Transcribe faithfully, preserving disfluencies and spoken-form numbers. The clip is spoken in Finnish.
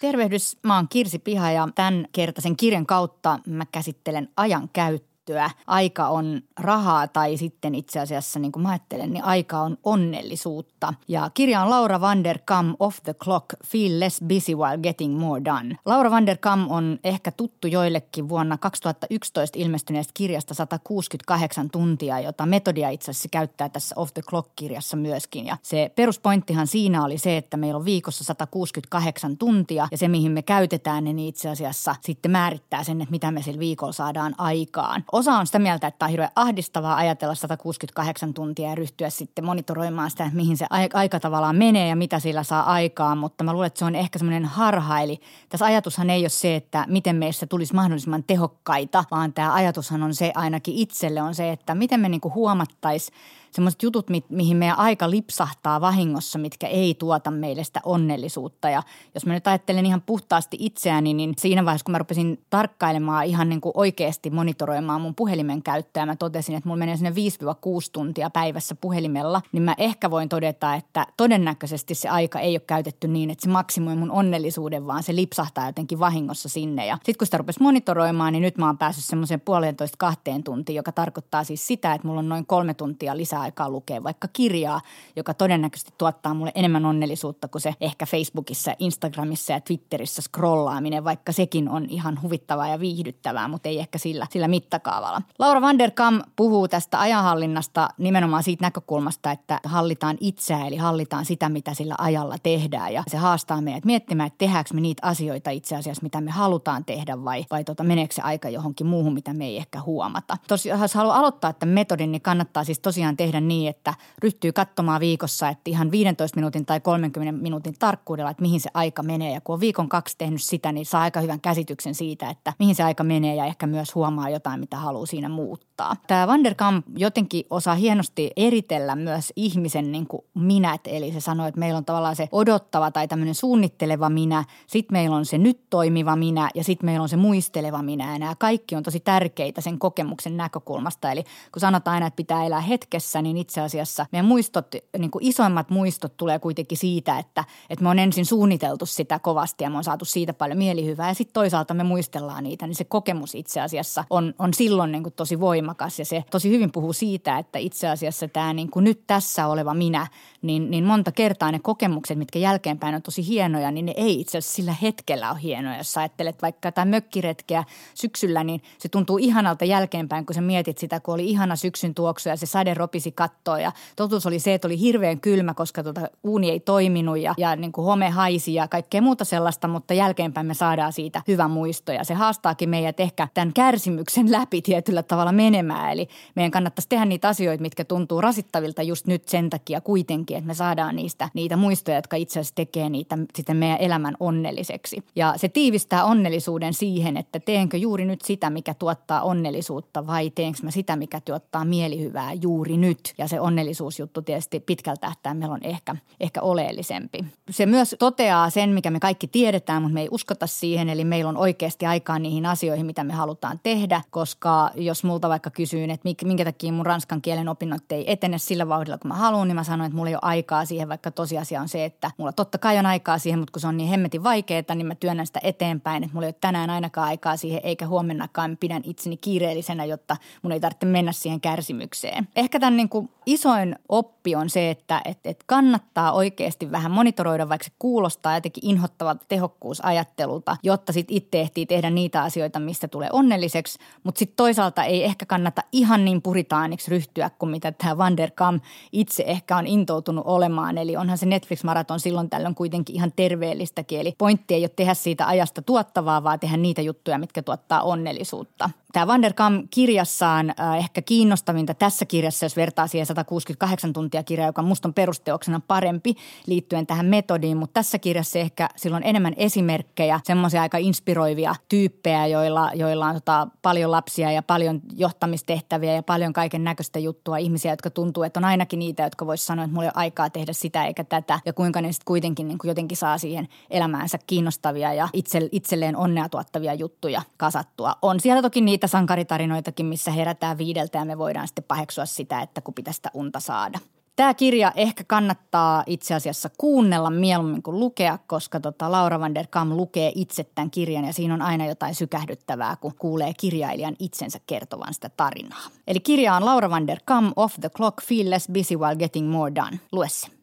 Tervehdys, mä oon Kirsi Piha ja tämän kertaisen kirjan kautta mä käsittelen ajankäyttöä. Aika on rahaa tai sitten itse asiassa, niin kuin mä ajattelen, niin aika on onnellisuutta. Ja kirja on Laura Vanderkam, Off the Clock, Feel Less Busy While Getting More Done. Laura Vanderkam on ehkä tuttu joillekin vuonna kaksituhattayksitoista ilmestyneestä kirjasta sata kuusikymmentäkahdeksan tuntia, jota metodia itse asiassa käyttää tässä Off the Clock-kirjassa myöskin. Ja se peruspointtihan siinä oli se, että meillä on viikossa sata kuusikymmentäkahdeksan tuntia ja se, mihin me käytetään, niin itse asiassa sitten määrittää sen, että mitä me sillä viikolla saadaan aikaan. Osa on sitä mieltä, että on hirveän ahdistavaa ajatella sata kuusikymmentäkahdeksan tuntia ja ryhtyä sitten monitoroimaan sitä, mihin se aika tavallaan menee ja mitä sillä saa aikaan, mutta mä luulen, että se on ehkä semmoinen harha. Eli tässä ajatushan ei ole se, että miten meistä tulisi mahdollisimman tehokkaita, vaan tämä ajatushan on se ainakin itselle on se, että miten me niinku huomattaisiin semmoiset jutut, mi- mihin meidän aika lipsahtaa vahingossa, mitkä ei tuota meille sitä onnellisuutta. Ja jos mä nyt ajattelen ihan puhtaasti itseäni, niin siinä vaiheessa, kun mä rupesin tarkkailemaan ihan niin kuin oikeasti monitoroimaan mun puhelimen käyttöä, mä totesin, että mulla menee sinne viisi kuusi tuntia päivässä puhelimella, niin mä ehkä voin todeta, että todennäköisesti se aika ei ole käytetty niin, että se maksimoi mun onnellisuuden, vaan se lipsahtaa jotenkin vahingossa sinne. Ja sitten kun sitä rupesi monitoroimaan, niin nyt mä oon päässyt semmoiseen puolentoista kahteen tuntiin, joka tarkoittaa siis sitä, että mulla on noin kolme tuntia lisää aikaa lukea vaikka kirjaa, joka todennäköisesti tuottaa mulle enemmän onnellisuutta kuin se ehkä Facebookissa, Instagramissa ja Twitterissä scrollaaminen, vaikka sekin on ihan huvittavaa ja viihdyttävää, mutta ei ehkä sillä, sillä mittakaavalla. Laura Vanderkam puhuu tästä ajanhallinnasta nimenomaan siitä näkökulmasta, että hallitaan itseä, eli hallitaan sitä, mitä sillä ajalla tehdään ja se haastaa meidät miettimään, että tehdäänkö me niitä asioita itse asiassa, mitä me halutaan tehdä vai, vai tota, meneekö se aika johonkin muuhun, mitä me ei ehkä huomata. Tosiaan, jos haluaa aloittaa tämän metodin, niin kannattaa siis tosiaan tehdä niin, että ryhtyy katsomaan viikossa, että ihan viidentoista minuutin tai kolmenkymmenen minuutin tarkkuudella, että mihin se aika menee. Ja kun on viikon kaksi tehnyt sitä, niin saa aika hyvän käsityksen siitä, että mihin se aika menee ja ehkä myös huomaa jotain, mitä haluaa siinä muuttaa. Tämä Vanderkam jotenkin osaa hienosti eritellä myös ihmisen niin kuin minät, eli se sanoo, että meillä on tavallaan se odottava tai tämmöinen suunnitteleva minä, sitten meillä on se nyt toimiva minä ja sitten meillä on se muisteleva minä. Ja nämä kaikki on tosi tärkeitä sen kokemuksen näkökulmasta, eli kun sanotaan aina, että pitää elää hetkessä, niin itse asiassa meidän muistot, niin kuin isoimmat muistot tulee kuitenkin siitä, että, että me on ensin suunniteltu sitä kovasti ja me on saatu siitä paljon mielihyvää ja sitten toisaalta me muistellaan niitä, niin se kokemus itse asiassa on, on silloin niin kuin tosi voimakas ja se tosi hyvin puhuu siitä, että itse asiassa tämä niin kuin nyt tässä oleva minä, niin, niin monta kertaa ne kokemukset, mitkä jälkeenpäin on tosi hienoja, niin ne ei itse asiassa sillä hetkellä ole hienoja. Jos sä ajattelet vaikka jotain mökkiretkeä syksyllä, niin se tuntuu ihanalta jälkeenpäin, kun sä mietit sitä, kun oli ihana syksyn tuoksu ja se sade ropisi kattoon ja totuus oli se, että oli hirveän kylmä, koska tuota uuni ei toiminut ja, ja niin kuin home haisi ja kaikkea muuta sellaista, mutta jälkeenpäin me saadaan siitä hyvä muisto ja se haastaakin meidät ehkä tämän kärsimyksen läpi tietyllä tavalla menemään. Eli meidän kannattaisi tehdä niitä asioita, mitkä tuntuu rasittavilta just nyt sen takia kuitenkin, että me saadaan niistä niitä muistoja, jotka itse asiassa tekee niitä sitten meidän elämän onnelliseksi. Ja se tiivistää onnellisuuden siihen, että teenkö juuri nyt sitä, mikä tuottaa onnellisuutta vai teenkö mä sitä, mikä tuottaa mielihyvää juuri nyt. Ja se onnellisuusjuttu tietysti pitkällä tähtäimellä on ehkä, ehkä oleellisempi. Se myös toteaa sen, mikä me kaikki tiedetään, mutta me ei uskota siihen, eli meillä on oikeasti aikaa niihin asioihin, mitä me halutaan tehdä, koska jos multa vaikka kysyin, että minkä takia mun ranskan kielen opinnot ei etene sillä vauhdilla, kun mä haluan, niin mä sanoin, että mulla ei ole aikaa siihen, vaikka tosiasia on se, että mulla totta kai on aikaa siihen, mutta kun se on niin hemmetin vaikeaa, niin mä työnnän sitä eteenpäin, että mulla ei ole tänään ainakaan aikaa siihen, eikä huomennakaan. Mä pidän itseni kiireellisenä, jotta mun ei tarvitse mennä siihen kärsimykseen. Ehkä tämän niin kuin isoin oppi on se, että et, et kannattaa oikeasti vähän monitoroida, vaikka se kuulostaa jotenkin inhottavalta tehokkuusajattelulta, jotta sitten itse ehtii tehdä niitä asioita, mistä tulee onnelliseksi, mutta sitten toisaalta ei ehkä kannata ihan niin puritaaniksi ryhtyä kuin mitä tämä Vanderkam itse ehkä on intoutunut olemaan. Eli onhan se Netflix-maraton silloin tällöin kuitenkin ihan terveellistäkin. Eli pointti ei ole tehdä siitä ajasta tuottavaa, vaan tehdä niitä juttuja, mitkä tuottaa onnellisuutta. Tämä Vanderkam kirjassaan äh, ehkä kiinnostavinta tässä kirjassa, jos vertaa siihen sata kuusikymmentäkahdeksan tuntia kirjaa, joka musta on perusteoksena parempi liittyen tähän metodiin, mutta tässä kirjassa ehkä silloin enemmän esimerkkejä, semmoisia aika inspiroivia tyyppejä, joilla, joilla on tota, paljon lapsia ja paljon johtamistehtäviä ja paljon kaiken näköistä juttua, ihmisiä, jotka tuntuu, että on ainakin niitä, jotka vois sanoa, että mulla ei ole aikaa tehdä sitä eikä tätä ja kuinka ne sitten kuitenkin niin kuin jotenkin saa siihen elämäänsä kiinnostavia ja itse, itselleen onnea tuottavia juttuja kasattua. On siellä toki niitä sankaritarinoitakin, missä herätään viideltä ja me voidaan sitten paheksua sitä, että kun pitäisi sitä unta saada. Tämä kirja ehkä kannattaa itse asiassa kuunnella mieluummin kuin lukea, koska tota Laura van der Kam lukee itse tämän kirjan ja siinä on aina jotain sykähdyttävää, kun kuulee kirjailijan itsensä kertovan sitä tarinaa. Eli kirja on Laura van der Kam, Off the Clock, Feel Less Busy While Getting More Done. Lue se.